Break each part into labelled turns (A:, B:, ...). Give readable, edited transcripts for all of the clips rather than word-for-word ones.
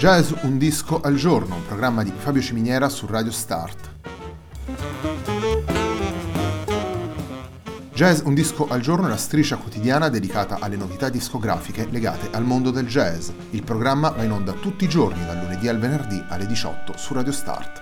A: Jazz un disco al giorno, un programma di Fabio Ciminiera su Radio Start. Jazz un disco al giorno è la striscia quotidiana dedicata alle novità discografiche legate al mondo del jazz. Il programma va in onda tutti i giorni, dal lunedì al venerdì alle 18 su Radio Start.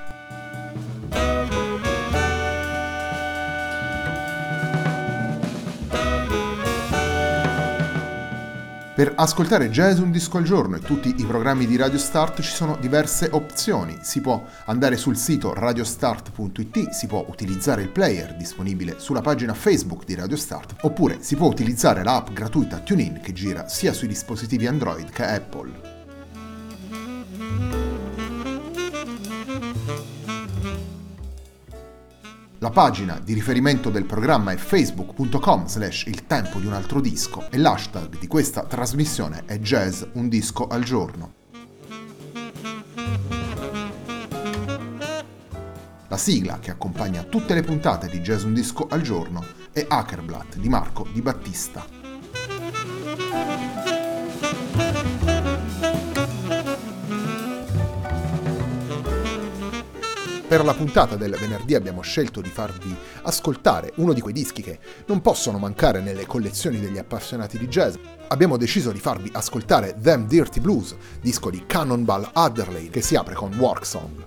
A: Per ascoltare Jazz un disco al giorno e tutti i programmi di Radio Start ci sono diverse opzioni. Si può andare sul sito radiostart.it, si può utilizzare il player disponibile sulla pagina Facebook di Radio Start, oppure si può utilizzare l'app gratuita TuneIn che gira sia sui dispositivi Android che Apple. La pagina di riferimento del programma è facebook.com/il tempo di un altro disco e l'hashtag di questa trasmissione è Jazz un disco al giorno. La sigla che accompagna tutte le puntate di Jazz un disco al giorno è Hackerblatt di Marco Di Battista. Per la puntata del venerdì abbiamo scelto di farvi ascoltare uno di quei dischi che non possono mancare nelle collezioni degli appassionati di jazz. Abbiamo deciso di farvi ascoltare Them Dirty Blues, disco di Cannonball Adderley che si apre con Work Song.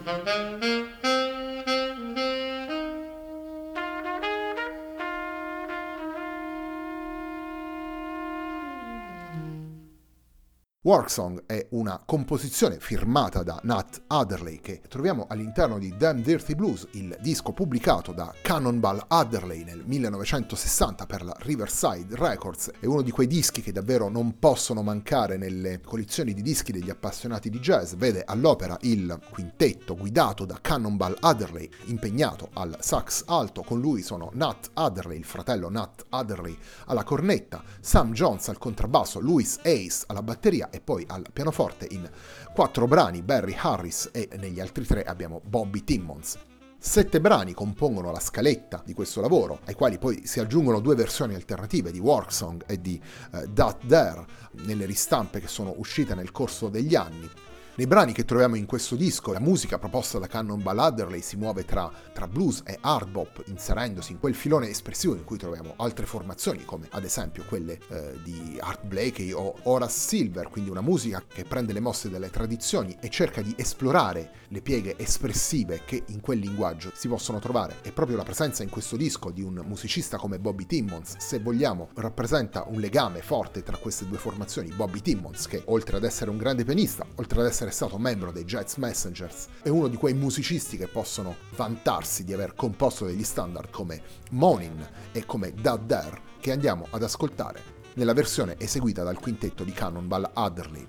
A: Worksong è una composizione firmata da Nat Adderley che troviamo all'interno di Damn Dirty Blues, il disco pubblicato da Cannonball Adderley nel 1960 per la Riverside Records. È uno di quei dischi che davvero non possono mancare nelle collezioni di dischi degli appassionati di jazz. Vede all'opera il quintetto guidato da Cannonball Adderley, impegnato al sax alto. Con lui sono Nat Adderley, il fratello Nat Adderley alla cornetta, Sam Jones al contrabbasso, Louis Ace alla batteria e poi al pianoforte in 4 brani Barry Harris, e negli altri 3 abbiamo Bobby Timmons. 7 brani compongono la scaletta di questo lavoro, ai quali poi si aggiungono 2 versioni alternative di Worksong e di That There nelle ristampe che sono uscite nel corso degli anni. Nei brani che troviamo in questo disco, la musica proposta da Cannonball Adderley si muove tra blues e hard bop, inserendosi in quel filone espressivo in cui troviamo altre formazioni, come ad esempio quelle di Art Blakey o Horace Silver, quindi una musica che prende le mosse delle tradizioni e cerca di esplorare le pieghe espressive che in quel linguaggio si possono trovare. E proprio la presenza in questo disco di un musicista come Bobby Timmons, se vogliamo, rappresenta un legame forte tra queste 2 formazioni. Bobby Timmons, che oltre ad essere un grande pianista, oltre ad essere stato membro dei Jazz Messengers, è uno di quei musicisti che possono vantarsi di aver composto degli standard come Moanin' e come That There, che andiamo ad ascoltare nella versione eseguita dal quintetto di Cannonball Adderley.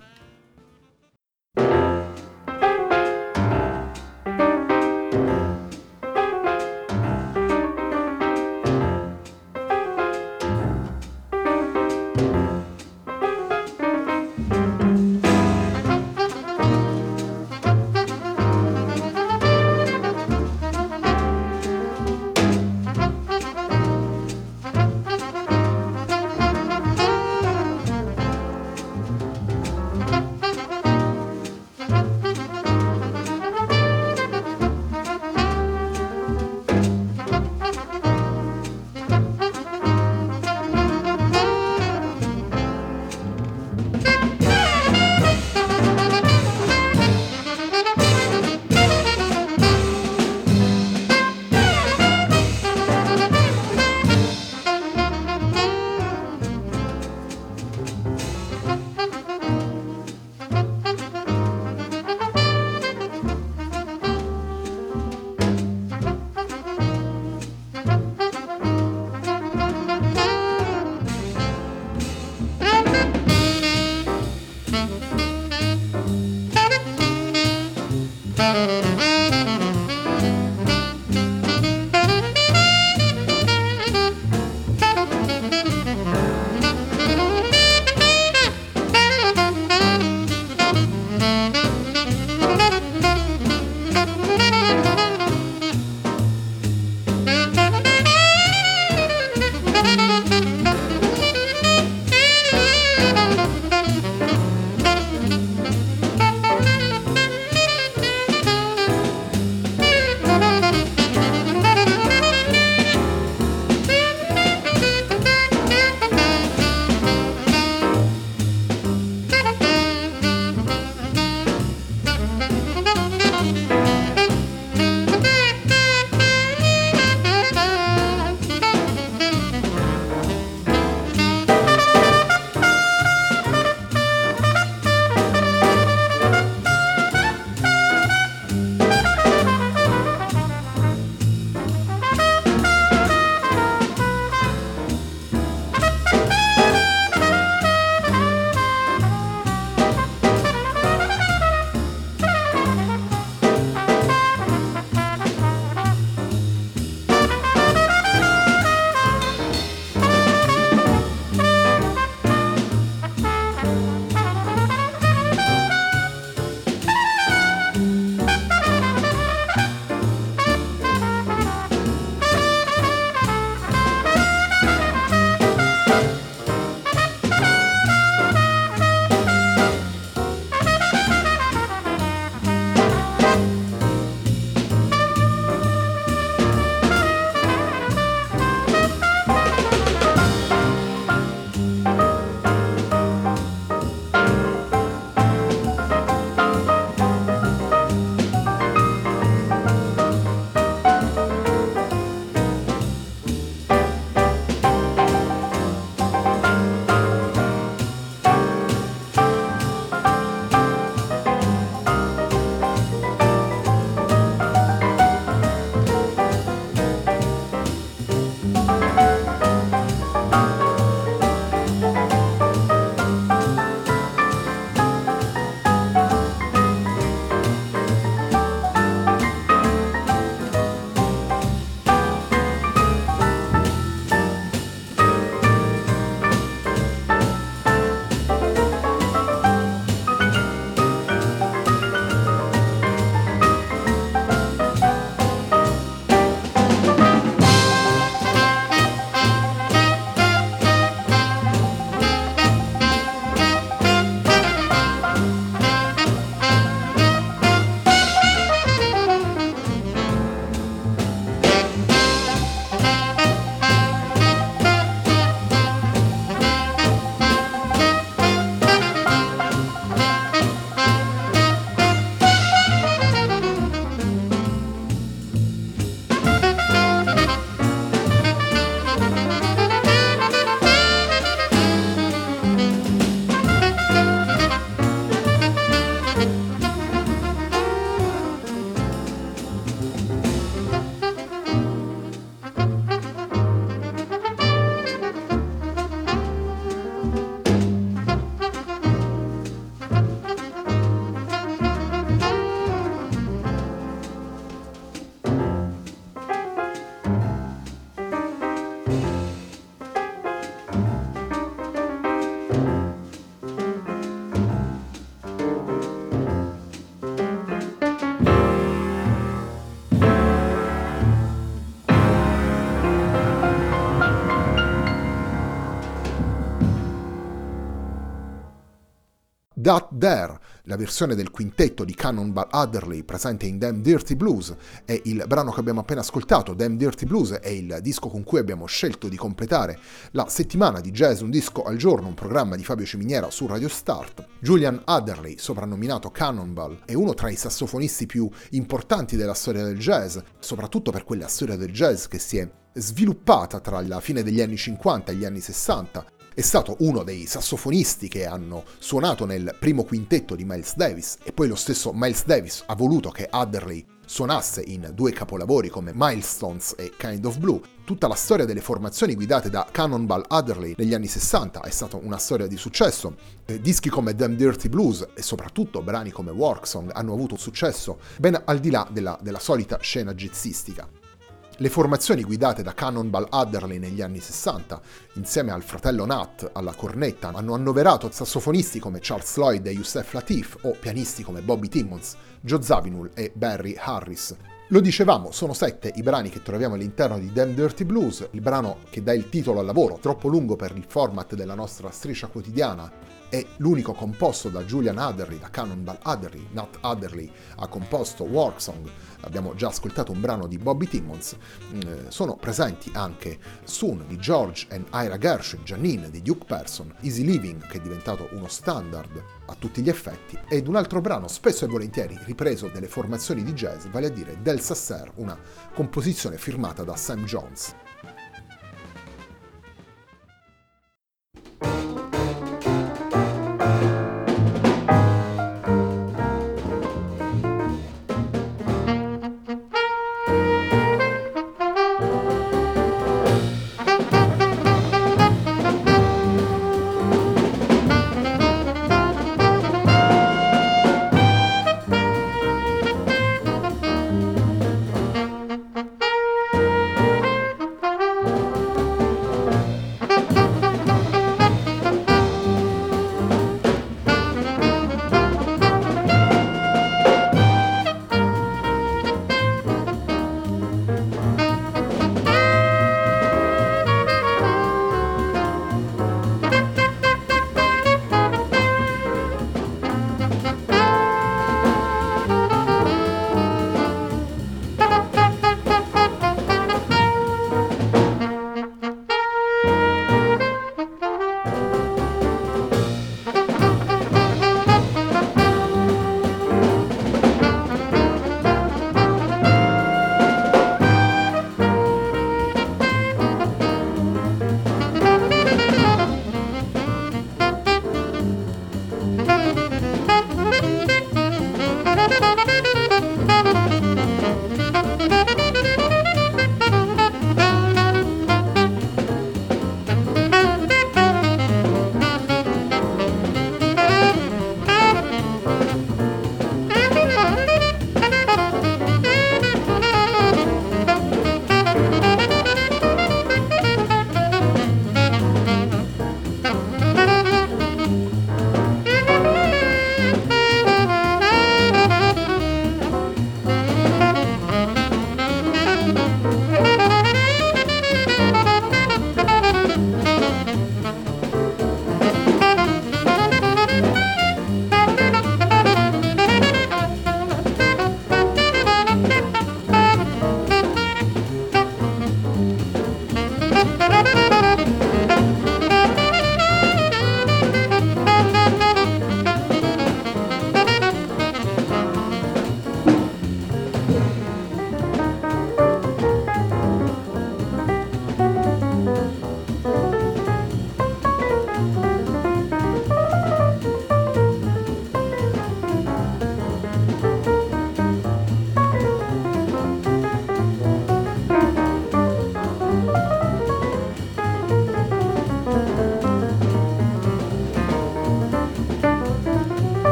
A: Got There, la versione del quintetto di Cannonball Adderley presente in Damn Dirty Blues, è il brano che abbiamo appena ascoltato. Damn Dirty Blues è il disco con cui abbiamo scelto di completare la settimana di Jazz Un Disco al Giorno, un programma di Fabio Ciminiera su Radio Start. Julian Adderley, soprannominato Cannonball, è uno tra i sassofonisti più importanti della storia del jazz, soprattutto per quella storia del jazz che si è sviluppata tra la fine degli anni 50 e gli anni 60. È stato uno dei sassofonisti che hanno suonato nel primo quintetto di Miles Davis, e poi lo stesso Miles Davis ha voluto che Adderley suonasse in due capolavori come Milestones e Kind of Blue. Tutta la storia delle formazioni guidate da Cannonball Adderley negli anni 60 è stata una storia di successo. Dischi come Damn Dirty Blues e soprattutto brani come Work Song hanno avuto successo ben al di là della solita scena jazzistica. Le formazioni guidate da Cannonball Adderley negli anni 60, insieme al fratello Nat alla cornetta, hanno annoverato sassofonisti come Charles Lloyd e Yusef Lateef o pianisti come Bobby Timmons, Joe Zawinul e Barry Harris. Lo dicevamo, sono 7 i brani che troviamo all'interno di Damn Dirty Blues, il brano che dà il titolo al lavoro, troppo lungo per il format della nostra striscia quotidiana. È l'unico composto da Julian Adderley, da Cannonball Adderley. Nat Adderley ha composto Work Song, abbiamo già ascoltato un brano di Bobby Timmons. Sono presenti anche Soon di George and Ira Gershwin, Janine di Duke Person, Easy Living, che è diventato uno standard a tutti gli effetti, ed un altro brano spesso e volentieri ripreso delle formazioni di jazz, vale a dire Del Sasser, una composizione firmata da Sam Jones.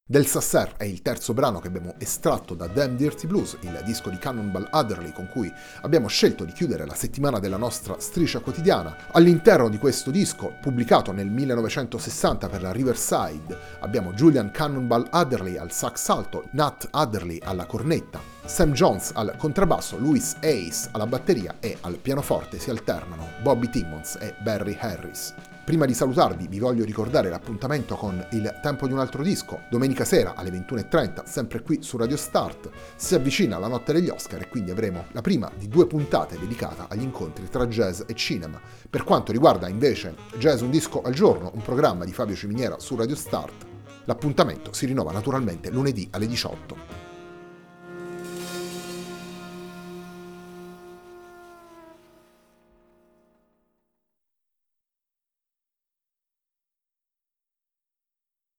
A: Del Sasser è il terzo brano che abbiamo estratto da Damn Dirty Blues, il disco di Cannonball Adderley con cui abbiamo scelto di chiudere la settimana della nostra striscia quotidiana. All'interno di questo disco, pubblicato nel 1960 per la Riverside, abbiamo Julian Cannonball Adderley al sax alto, Nat Adderley alla cornetta, Sam Jones al contrabbasso, Louis Ace alla batteria e al pianoforte si alternano Bobby Timmons e Barry Harris. Prima di salutarvi vi voglio ricordare l'appuntamento con Il tempo di un altro disco, domenica sera alle 21:30, sempre qui su Radio Start. Si avvicina la notte degli Oscar e quindi avremo la prima di 2 puntate dedicata agli incontri tra jazz e cinema. Per quanto riguarda invece Jazz un disco al giorno, un programma di Fabio Ciminiera su Radio Start, l'appuntamento si rinnova naturalmente lunedì alle 18.